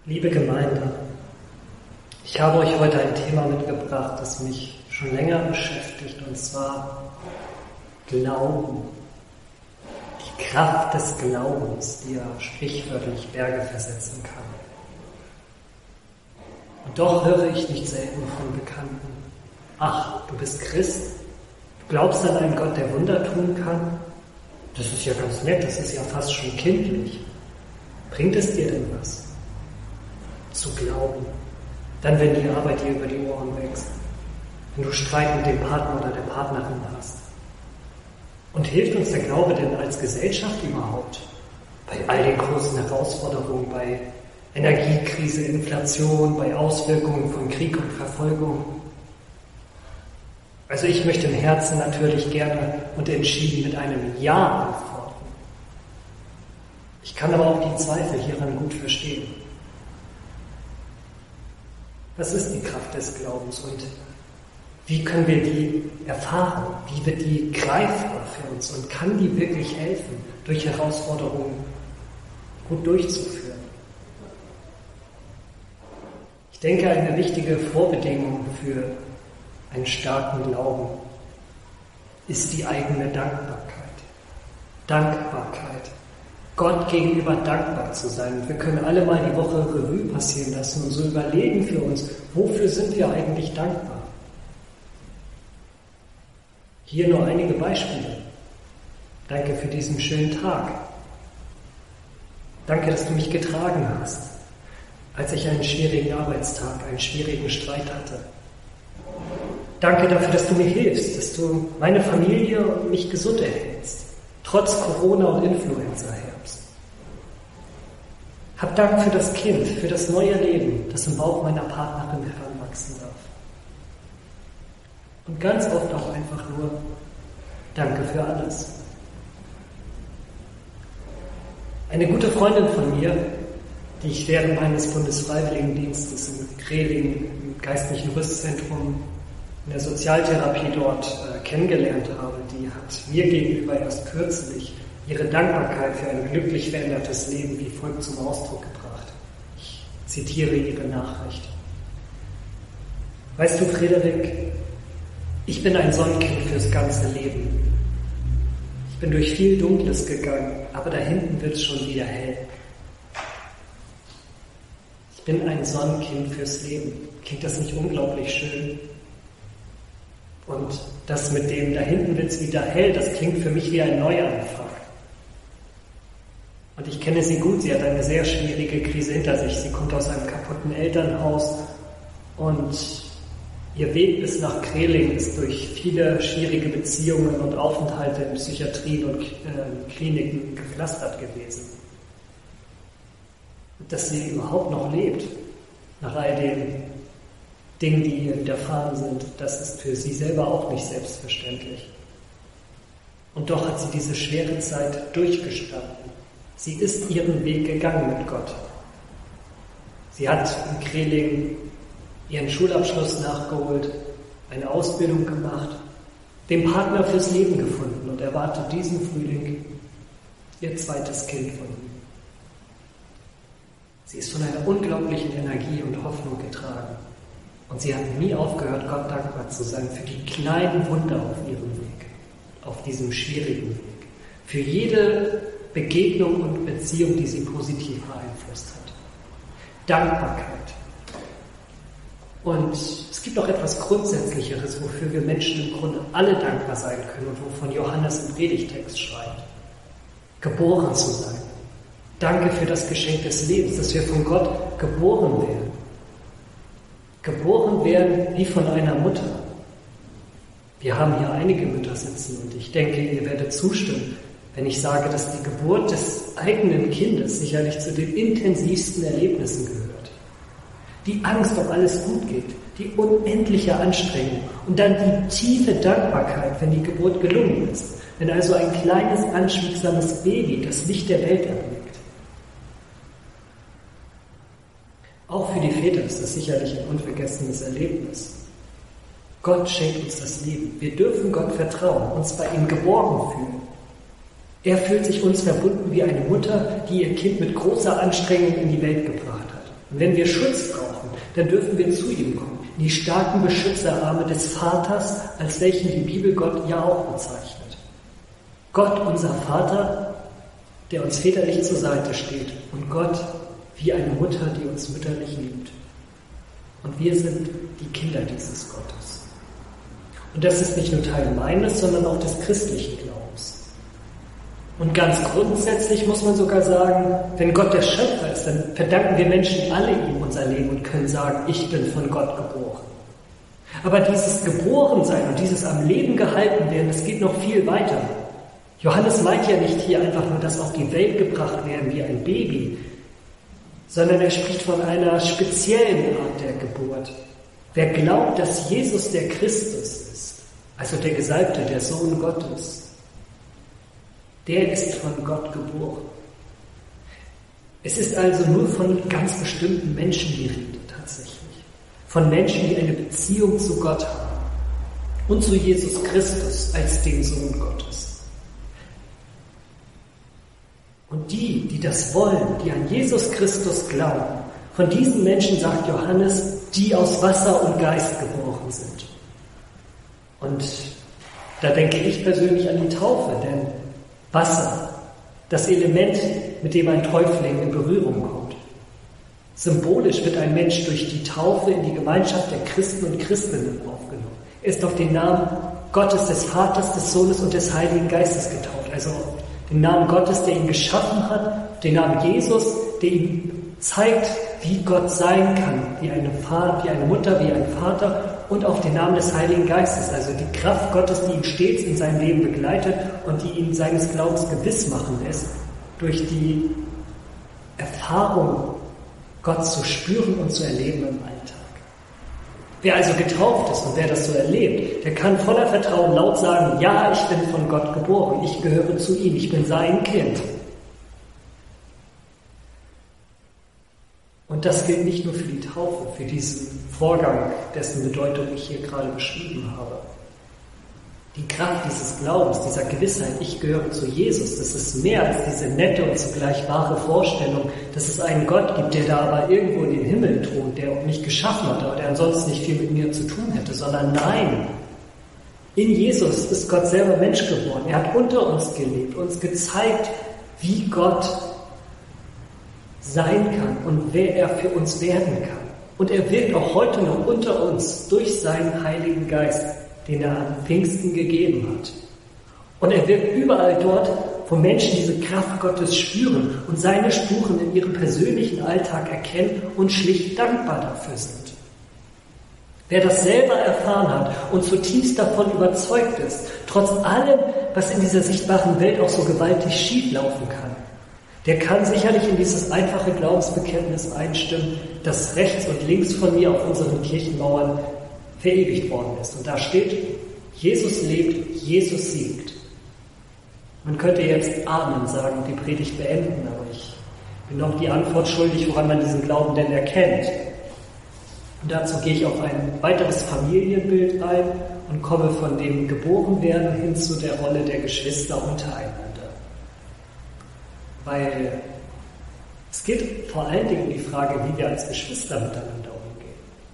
Liebe Gemeinde, ich habe euch heute ein Thema mitgebracht, das mich schon länger beschäftigt, und zwar Glauben. Die Kraft des Glaubens, die ja sprichwörtlich Berge versetzen kann. Und doch höre ich nicht selten von Bekannten: Ach, du bist Christ? Du glaubst an einen Gott, der Wunder tun kann? Das ist ja ganz nett, das ist ja fast schon kindlich. Bringt es dir denn was? Zu glauben. Dann, wenn die Arbeit dir über die Ohren wächst. Wenn du Streit mit dem Partner oder der Partnerin hast. Und hilft uns der Glaube denn als Gesellschaft überhaupt? Bei all den großen Herausforderungen, bei Energiekrise, Inflation, bei Auswirkungen von Krieg und Verfolgung. Also ich möchte im Herzen natürlich gerne und entschieden mit einem Ja antworten. Ich kann aber auch die Zweifel hieran gut verstehen. Was ist die Kraft des Glaubens und wie können wir die erfahren? Wie wird die greifbar für uns und kann die wirklich helfen, durch Herausforderungen gut durchzuführen? Ich denke, eine wichtige Vorbedingung für einen starken Glauben ist die eigene Dankbarkeit. Dankbarkeit. Gott gegenüber dankbar zu sein. Und wir können alle mal die Woche Revue passieren lassen und so überlegen für uns, wofür sind wir eigentlich dankbar? Hier nur einige Beispiele. Danke für diesen schönen Tag. Danke, dass du mich getragen hast, als ich einen schwierigen Arbeitstag, einen schwierigen Streit hatte. Danke dafür, dass du mir hilfst, dass du meine Familie und mich gesund erhältst, trotz Corona und Influenza-Herbst. Hab Dank für das Kind, für das neue Leben, das im Bauch meiner Partnerin heranwachsen darf. Und ganz oft auch einfach nur Danke für alles. Eine gute Freundin von mir, die ich während meines Bundesfreiwilligendienstes in Kreling im geistlichen Rüstzentrum in der Sozialtherapie dort kennengelernt habe, die hat mir gegenüber erst kürzlich ihre Dankbarkeit für ein glücklich verändertes Leben wie folgt zum Ausdruck gebracht. Ich zitiere ihre Nachricht. Weißt du, Frederik, ich bin ein Sonnenkind fürs ganze Leben. Ich bin durch viel Dunkles gegangen, aber da hinten wird es schon wieder hell. Ich bin ein Sonnenkind fürs Leben. Klingt das nicht unglaublich schön? Und das mit dem, da hinten wird es wieder hell, das klingt für mich wie ein Neuanfang. Und ich kenne sie gut, sie hat eine sehr schwierige Krise hinter sich. Sie kommt aus einem kaputten Elternhaus und ihr Weg bis nach Kreling ist durch viele schwierige Beziehungen und Aufenthalte in Psychiatrien und Kliniken gepflastert gewesen. Und dass sie überhaupt noch lebt, nach all den Dingen, die ihr widerfahren sind, das ist für sie selber auch nicht selbstverständlich. Und doch hat sie diese schwere Zeit durchgestanden. Sie ist ihren Weg gegangen mit Gott. Sie hat in Kreling ihren Schulabschluss nachgeholt, eine Ausbildung gemacht, den Partner fürs Leben gefunden und erwartet diesen Frühling ihr zweites Kind von ihm. Sie ist von einer unglaublichen Energie und Hoffnung getragen. Und sie hat nie aufgehört, Gott dankbar zu sein für die kleinen Wunder auf ihrem Weg, auf diesem schwierigen Weg, für jede Begegnung und Beziehung, die sie positiv beeinflusst hat. Dankbarkeit. Und es gibt noch etwas Grundsätzlicheres, wofür wir Menschen im Grunde alle dankbar sein können und wovon Johannes im Predigtext schreibt. Geboren zu sein. Danke für das Geschenk des Lebens, dass wir von Gott geboren werden. Geboren werden wie von einer Mutter. Wir haben hier einige Mütter sitzen und ich denke, ihr werdet zustimmen, wenn ich sage, dass die Geburt des eigenen Kindes sicherlich zu den intensivsten Erlebnissen gehört. Die Angst, ob alles gut geht, die unendliche Anstrengung und dann die tiefe Dankbarkeit, wenn die Geburt gelungen ist, wenn also ein kleines, anschmiegsames Baby das Licht der Welt erblickt. Auch für die Väter ist das sicherlich ein unvergessenes Erlebnis. Gott schenkt uns das Leben. Wir dürfen Gott vertrauen, uns bei ihm geborgen fühlen. Er fühlt sich uns verbunden wie eine Mutter, die ihr Kind mit großer Anstrengung in die Welt gebracht hat. Und wenn wir Schutz brauchen, dann dürfen wir zu ihm kommen, in die starken Beschützerarme des Vaters, als welchen die Bibel Gott ja auch bezeichnet. Gott, unser Vater, der uns väterlich zur Seite steht, und Gott wie eine Mutter, die uns mütterlich liebt. Und wir sind die Kinder dieses Gottes. Und das ist nicht nur Teil meines, sondern auch des christlichen Glaubens. Und ganz grundsätzlich muss man sogar sagen, wenn Gott der Schöpfer ist, dann verdanken wir Menschen alle ihm unser Leben und können sagen, ich bin von Gott geboren. Aber dieses Geborensein und dieses am Leben gehalten werden, das geht noch viel weiter. Johannes meint ja nicht hier einfach nur das auf die Welt gebracht werden wie ein Baby, sondern er spricht von einer speziellen Art der Geburt. Wer glaubt, dass Jesus der Christus ist, also der Gesalbte, der Sohn Gottes, der ist von Gott geboren. Es ist also nur von ganz bestimmten Menschen die Rede, tatsächlich. Von Menschen, die eine Beziehung zu Gott haben und zu Jesus Christus als dem Sohn Gottes. Und die das wollen, die an Jesus Christus glauben, von diesen Menschen sagt Johannes, die aus Wasser und Geist geboren sind. Und da denke ich persönlich an die Taufe, denn Wasser, das Element, mit dem ein Täufling in Berührung kommt. Symbolisch wird ein Mensch durch die Taufe in die Gemeinschaft der Christen und Christinnen aufgenommen. Er ist auf den Namen Gottes, des Vaters, des Sohnes und des Heiligen Geistes getauft. Also den Namen Gottes, der ihn geschaffen hat, den Namen Jesus, der ihm zeigt, wie Gott sein kann, wie eine Mutter, wie ein Vater, und auf den Namen des Heiligen Geistes, also die Kraft Gottes, die ihn stets in seinem Leben begleitet und die ihn seines Glaubens gewiss machen lässt, durch die Erfahrung, Gott zu spüren und zu erleben im Alltag. Wer also getauft ist und wer das so erlebt, der kann voller Vertrauen laut sagen, ja, ich bin von Gott geboren, ich gehöre zu ihm, ich bin sein Kind. Und das gilt nicht nur für die Taufe, für diesen Vorgang, dessen Bedeutung ich hier gerade beschrieben habe. Die Kraft dieses Glaubens, dieser Gewissheit, ich gehöre zu Jesus, das ist mehr als diese nette und zugleich wahre Vorstellung, dass es einen Gott gibt, der da aber irgendwo in den Himmel thront, der mich geschaffen hat, aber der ansonsten nicht viel mit mir zu tun hätte, sondern nein, in Jesus ist Gott selber Mensch geworden. Er hat unter uns gelebt, uns gezeigt, wie Gott sein kann und wer er für uns werden kann. Und er wirkt auch heute noch unter uns durch seinen Heiligen Geist, den er an Pfingsten gegeben hat. Und er wirkt überall dort, wo Menschen diese Kraft Gottes spüren und seine Spuren in ihrem persönlichen Alltag erkennen und schlicht dankbar dafür sind. Wer das selber erfahren hat und zutiefst davon überzeugt ist, trotz allem, was in dieser sichtbaren Welt auch so gewaltig schief laufen kann, der kann sicherlich in dieses einfache Glaubensbekenntnis einstimmen, das rechts und links von mir auf unseren Kirchenmauern verewigt worden ist. Und da steht, Jesus lebt, Jesus siegt. Man könnte jetzt Amen sagen und die Predigt beenden, aber ich bin noch die Antwort schuldig, woran man diesen Glauben denn erkennt. Und dazu gehe ich auf ein weiteres Familienbild ein und komme von dem Geborenwerden hin zu der Rolle der Geschwister untereinander. Weil es geht vor allen Dingen um die Frage, wie wir als Geschwister miteinander umgehen.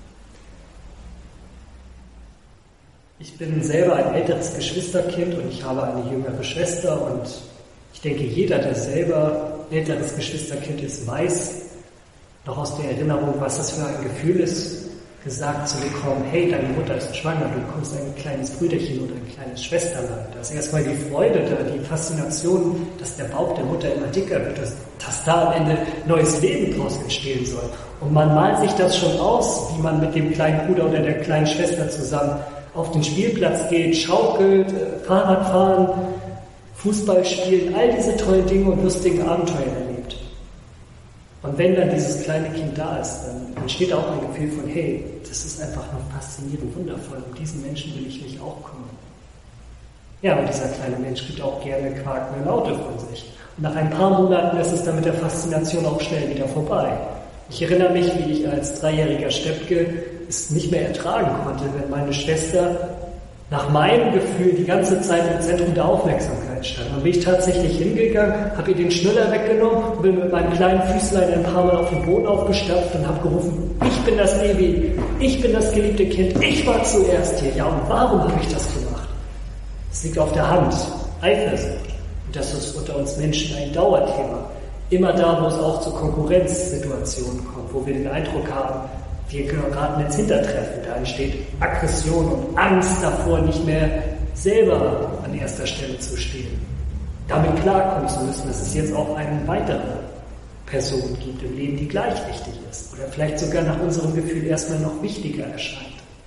Ich bin selber ein älteres Geschwisterkind und ich habe eine jüngere Schwester und ich denke, jeder, der selber älteres Geschwisterkind ist, weiß noch aus der Erinnerung, was es für ein Gefühl ist, gesagt zu bekommen, hey, deine Mutter ist schwanger, du bekommst ein kleines Brüderchen oder ein kleines Schwesterlein. Da ist erstmal die Freude da, die Faszination, dass der Bauch der Mutter immer dicker wird, dass da am Ende neues Leben draus entstehen soll. Und man malt sich das schon aus, wie man mit dem kleinen Bruder oder der kleinen Schwester zusammen auf den Spielplatz geht, schaukelt, Fahrrad fahren, Fußball spielen, all diese tollen Dinge und lustigen Abenteuer erlebt. Und wenn dann dieses kleine Kind da ist, dann entsteht auch ein Gefühl von, hey, das ist einfach nur faszinierend, wundervoll, um diesen Menschen will ich mich auch kümmern. Ja, und dieser kleine Mensch gibt auch gerne quakende Laute von sich. Und nach ein paar Monaten ist es dann mit der Faszination auch schnell wieder vorbei. Ich erinnere mich, wie ich als 3-jähriger Steppke es nicht mehr ertragen konnte, wenn meine Schwester nach meinem Gefühl die ganze Zeit im Zentrum der Aufmerksamkeit stand. Dann bin ich tatsächlich hingegangen, habe ihr den Schnuller weggenommen, bin mit meinem kleinen Füßlein ein paar Mal auf den Boden aufgestapft und habe gerufen, ich bin das Baby, ich bin das geliebte Kind, ich war zuerst hier. Ja, und warum habe ich das gemacht? Es liegt auf der Hand, Eifersucht. Und das ist unter uns Menschen ein Dauerthema. Immer da, wo es auch zu Konkurrenzsituationen kommt, wo wir den Eindruck haben, wir geraten ins Hintertreffen. Da entsteht Aggression und Angst davor, nicht mehr selber an erster Stelle zu stehen. Damit klarkommen zu müssen, dass es jetzt auch eine weitere Person gibt im Leben, die gleich wichtig ist. Oder vielleicht sogar nach unserem Gefühl erstmal noch wichtiger erscheint.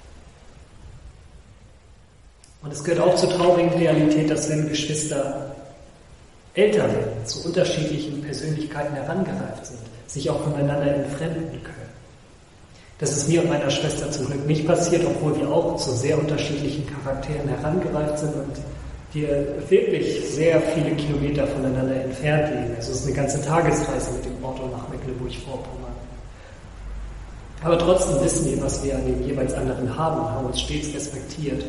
Und es gehört auch zur traurigen Realität, dass wenn Geschwister älter werden, zu unterschiedlichen Persönlichkeiten herangereift sind, sich auch voneinander entfremden können. Das ist mir und meiner Schwester zum Glück nicht passiert, obwohl wir auch zu sehr unterschiedlichen Charakteren herangereift sind und wir wirklich sehr viele Kilometer voneinander entfernt liegen. Also es ist eine ganze Tagesreise mit dem Auto nach Mecklenburg-Vorpommern. Aber trotzdem wissen wir, was wir an den jeweils anderen haben und haben uns stets respektiert.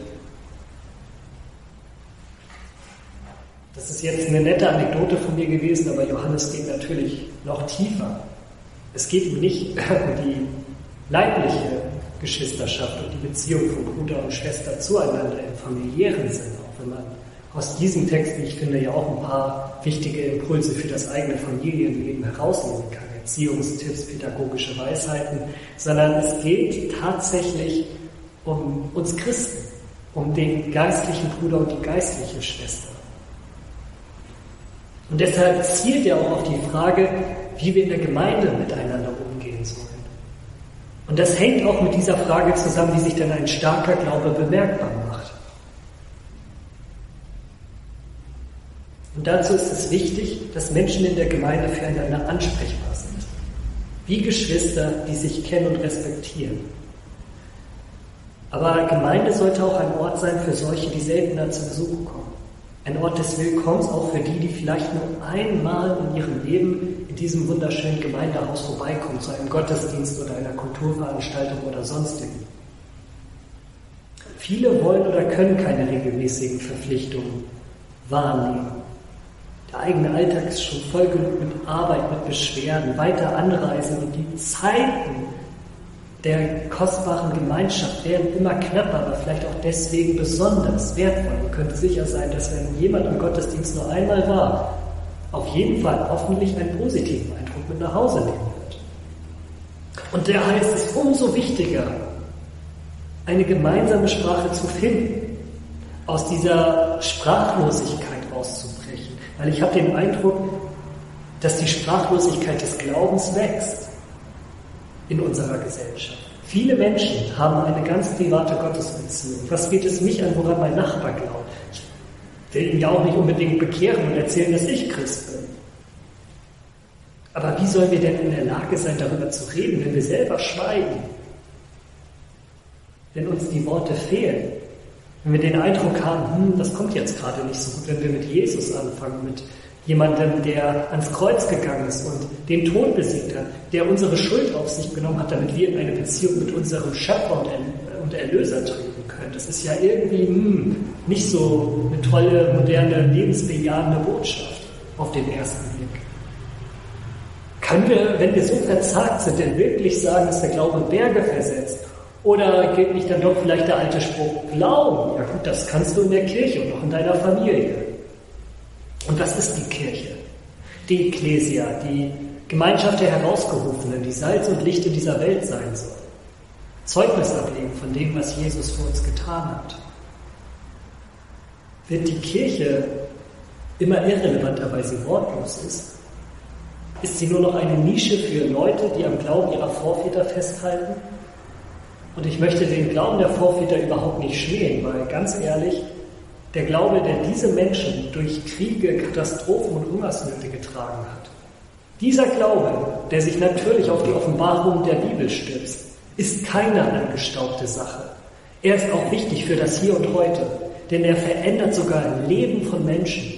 Das ist jetzt eine nette Anekdote von mir gewesen, aber Johannes geht natürlich noch tiefer. Es geht ihm nicht um die leibliche Geschwisterschaft und die Beziehung von Bruder und Schwester zueinander im familiären Sinne, auch wenn man aus diesem Text, wie ich finde, ja auch ein paar wichtige Impulse für das eigene Familienleben herausnehmen kann, Erziehungstipps, pädagogische Weisheiten, sondern es geht tatsächlich um uns Christen, um den geistlichen Bruder und die geistliche Schwester. Und deshalb zielt er auch auf die Frage, wie wir in der Gemeinde miteinander umgehen sollen. Und das hängt auch mit dieser Frage zusammen, wie sich denn ein starker Glaube bemerkbar macht. Und dazu ist es wichtig, dass Menschen in der Gemeinde füreinander ansprechbar sind. Wie Geschwister, die sich kennen und respektieren. Aber Gemeinde sollte auch ein Ort sein für solche, die seltener zu Besuch kommen. Ein Ort des Willkommens auch für die, die vielleicht nur einmal in ihrem Leben in diesem wunderschönen Gemeindehaus vorbeikommen, zu einem Gottesdienst oder einer Kulturveranstaltung oder sonstigen. Viele wollen oder können keine regelmäßigen Verpflichtungen wahrnehmen. Der eigene Alltag ist schon voll genug mit Arbeit, mit Beschwerden, weiter anreisen und die Zeiten der kostbaren Gemeinschaft werden immer knapper, aber vielleicht auch deswegen besonders wertvoll. Man könnte sicher sein, dass wenn jemand im Gottesdienst nur einmal war, auf jeden Fall hoffentlich einen positiven Eindruck mit nach Hause nehmen wird. Und daher ist es umso wichtiger, eine gemeinsame Sprache zu finden, aus dieser Sprachlosigkeit auszubrechen. Weil ich habe den Eindruck, dass die Sprachlosigkeit des Glaubens wächst in unserer Gesellschaft. Viele Menschen haben eine ganz private Gottesbeziehung. Was geht es mich an, woran mein Nachbar glaubt? Ich will ihn ja auch nicht unbedingt bekehren und erzählen, dass ich Christ bin. Aber wie sollen wir denn in der Lage sein, darüber zu reden, wenn wir selber schweigen? Wenn uns die Worte fehlen? Wenn wir den Eindruck haben, das kommt jetzt gerade nicht so gut, wenn wir mit Jesus anfangen, mit jemandem, der ans Kreuz gegangen ist und den Tod besiegt hat, der unsere Schuld auf sich genommen hat, damit wir in eine Beziehung mit unserem Schöpfer und Erlöser treten können. Das ist ja irgendwie nicht so eine tolle, moderne, lebensbejahende Botschaft auf den ersten Blick. Können wir, wenn wir so verzagt sind, denn wirklich sagen, dass der Glaube Berge versetzt? Oder gilt nicht dann doch vielleicht der alte Spruch, Glauben? Ja gut, das kannst du in der Kirche und noch in deiner Familie. Und was ist die Kirche? Die Ekklesia, die Gemeinschaft der Herausgerufenen, die Salz und Licht in dieser Welt sein soll. Zeugnis ablegen von dem, was Jesus für uns getan hat. Wird die Kirche immer irrelevanter, weil sie wortlos ist? Ist sie nur noch eine Nische für Leute, die am Glauben ihrer Vorväter festhalten? Und ich möchte den Glauben der Vorväter überhaupt nicht schmähen, weil ganz ehrlich, der Glaube, der diese Menschen durch Kriege, Katastrophen und Hungersnöte getragen hat, dieser Glaube, der sich natürlich auf die Offenbarung der Bibel stützt, ist keine angestaubte Sache. Er ist auch wichtig für das Hier und Heute, denn er verändert sogar ein Leben von Menschen.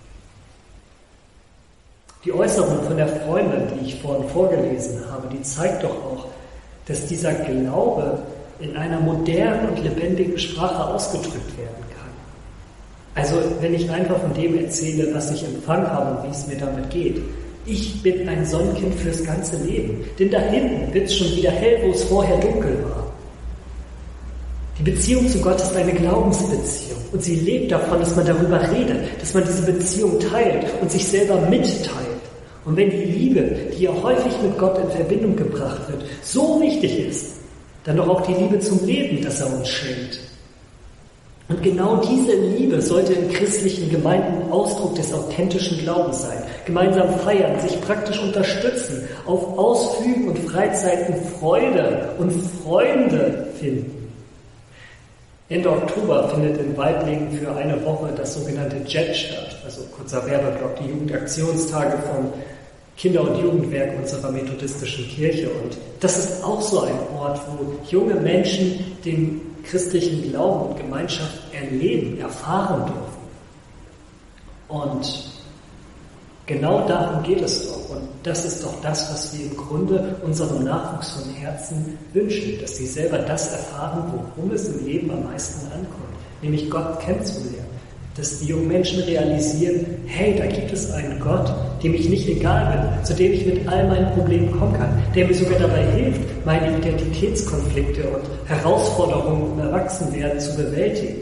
Die Äußerung von der Freundin, die ich vorhin vorgelesen habe, die zeigt doch auch, dass dieser Glaube in einer modernen und lebendigen Sprache ausgedrückt werden kann. Also wenn ich einfach von dem erzähle, was ich empfangen habe und wie es mir damit geht. Ich bin ein Sonnenkind fürs ganze Leben. Denn da hinten wird es schon wieder hell, wo es vorher dunkel war. Die Beziehung zu Gott ist eine Glaubensbeziehung. Und sie lebt davon, dass man darüber redet, dass man diese Beziehung teilt und sich selber mitteilt. Und wenn die Liebe, die ja häufig mit Gott in Verbindung gebracht wird, so wichtig ist, dann doch auch die Liebe zum Leben, das er uns schenkt. Und genau diese Liebe sollte in christlichen Gemeinden Ausdruck des authentischen Glaubens sein. Gemeinsam feiern, sich praktisch unterstützen, auf Ausflügen und Freizeiten Freude und Freunde finden. Ende Oktober findet in Waiblingen für eine Woche das sogenannte JET statt, also kurzer Werbeblock, die Jugendaktionstage vom Kinder- und Jugendwerk unserer methodistischen Kirche. Und das ist auch so ein Ort, wo junge Menschen den christlichen Glauben und Gemeinschaft erleben, erfahren dürfen. Und genau darum geht es doch. Und das ist doch das, was wir im Grunde unserem Nachwuchs von Herzen wünschen, dass sie selber das erfahren, worum es im Leben am meisten ankommt, nämlich Gott kennenzulernen. Dass die jungen Menschen realisieren, hey, da gibt es einen Gott, dem ich nicht egal bin, zu dem ich mit all meinen Problemen kommen kann, der mir sogar dabei hilft, meine Identitätskonflikte und Herausforderungen im Erwachsenwerden zu bewältigen.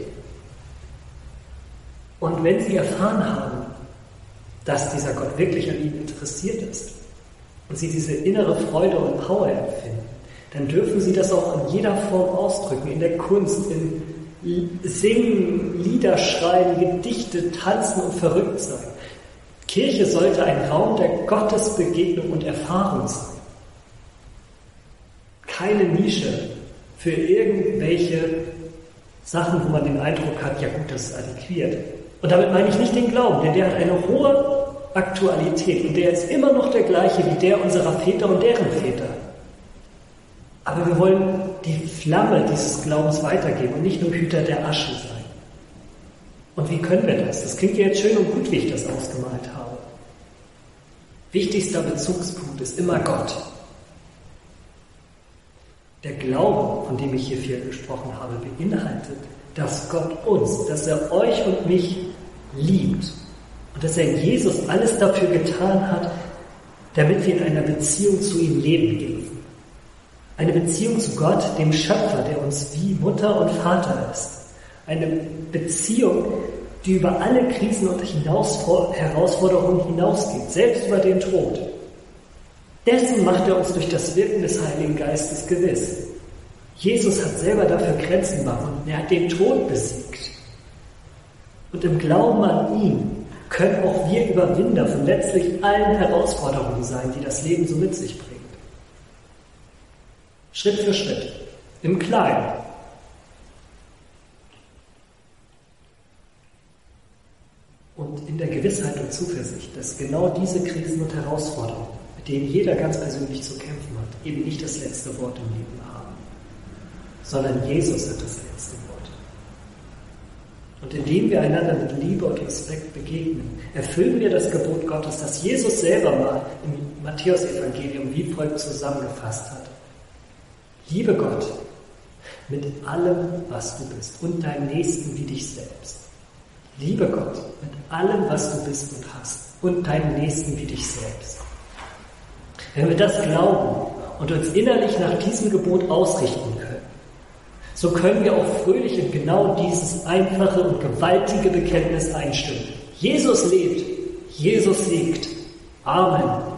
Und wenn sie erfahren haben, dass dieser Gott wirklich an ihnen interessiert ist und sie diese innere Freude und Power empfinden, dann dürfen sie das auch in jeder Form ausdrücken, in der Kunst, in Singen, Lieder schreiben, Gedichte, tanzen und verrückt sein. Kirche sollte ein Raum der Gottesbegegnung und Erfahrung sein. Keine Nische für irgendwelche Sachen, wo man den Eindruck hat, ja gut, das ist antiquiert. Und damit meine ich nicht den Glauben, denn der hat eine hohe Aktualität und der ist immer noch der gleiche wie der unserer Väter und deren Väter. Aber wir wollen die Flamme dieses Glaubens weitergeben und nicht nur Hüter der Asche sein. Und wie können wir das? Das klingt ja jetzt schön und gut, wie ich das ausgemalt habe. Wichtigster Bezugspunkt ist immer Gott. Der Glaube, von dem ich hier viel gesprochen habe, beinhaltet, dass Gott uns, dass er euch und mich liebt und dass er in Jesus alles dafür getan hat, damit wir in einer Beziehung zu ihm leben dürfen. Eine Beziehung zu Gott, dem Schöpfer, der uns wie Mutter und Vater ist. Eine Beziehung, die über alle Krisen und Herausforderungen hinausgeht, selbst über den Tod. Dessen macht er uns durch das Wirken des Heiligen Geistes gewiss. Jesus hat selber dafür Grenzen überwunden. Er hat den Tod besiegt. Und im Glauben an ihn können auch wir Überwinder von letztlich allen Herausforderungen sein, die das Leben so mit sich bringt. Schritt für Schritt, im Kleinen. Und in der Gewissheit und Zuversicht, dass genau diese Krisen und Herausforderungen, mit denen jeder ganz persönlich zu kämpfen hat, eben nicht das letzte Wort im Leben haben, sondern Jesus hat das letzte Wort. Und indem wir einander mit Liebe und Respekt begegnen, erfüllen wir das Gebot Gottes, das Jesus selber mal im Matthäus-Evangelium wie folgt zusammengefasst hat. Liebe Gott mit allem, was du bist und deinen Nächsten wie dich selbst. Liebe Gott mit allem, was du bist und hast und deinen Nächsten wie dich selbst. Wenn wir das glauben und uns innerlich nach diesem Gebot ausrichten können, so können wir auch fröhlich in genau dieses einfache und gewaltige Bekenntnis einstimmen. Jesus lebt, Jesus siegt. Amen.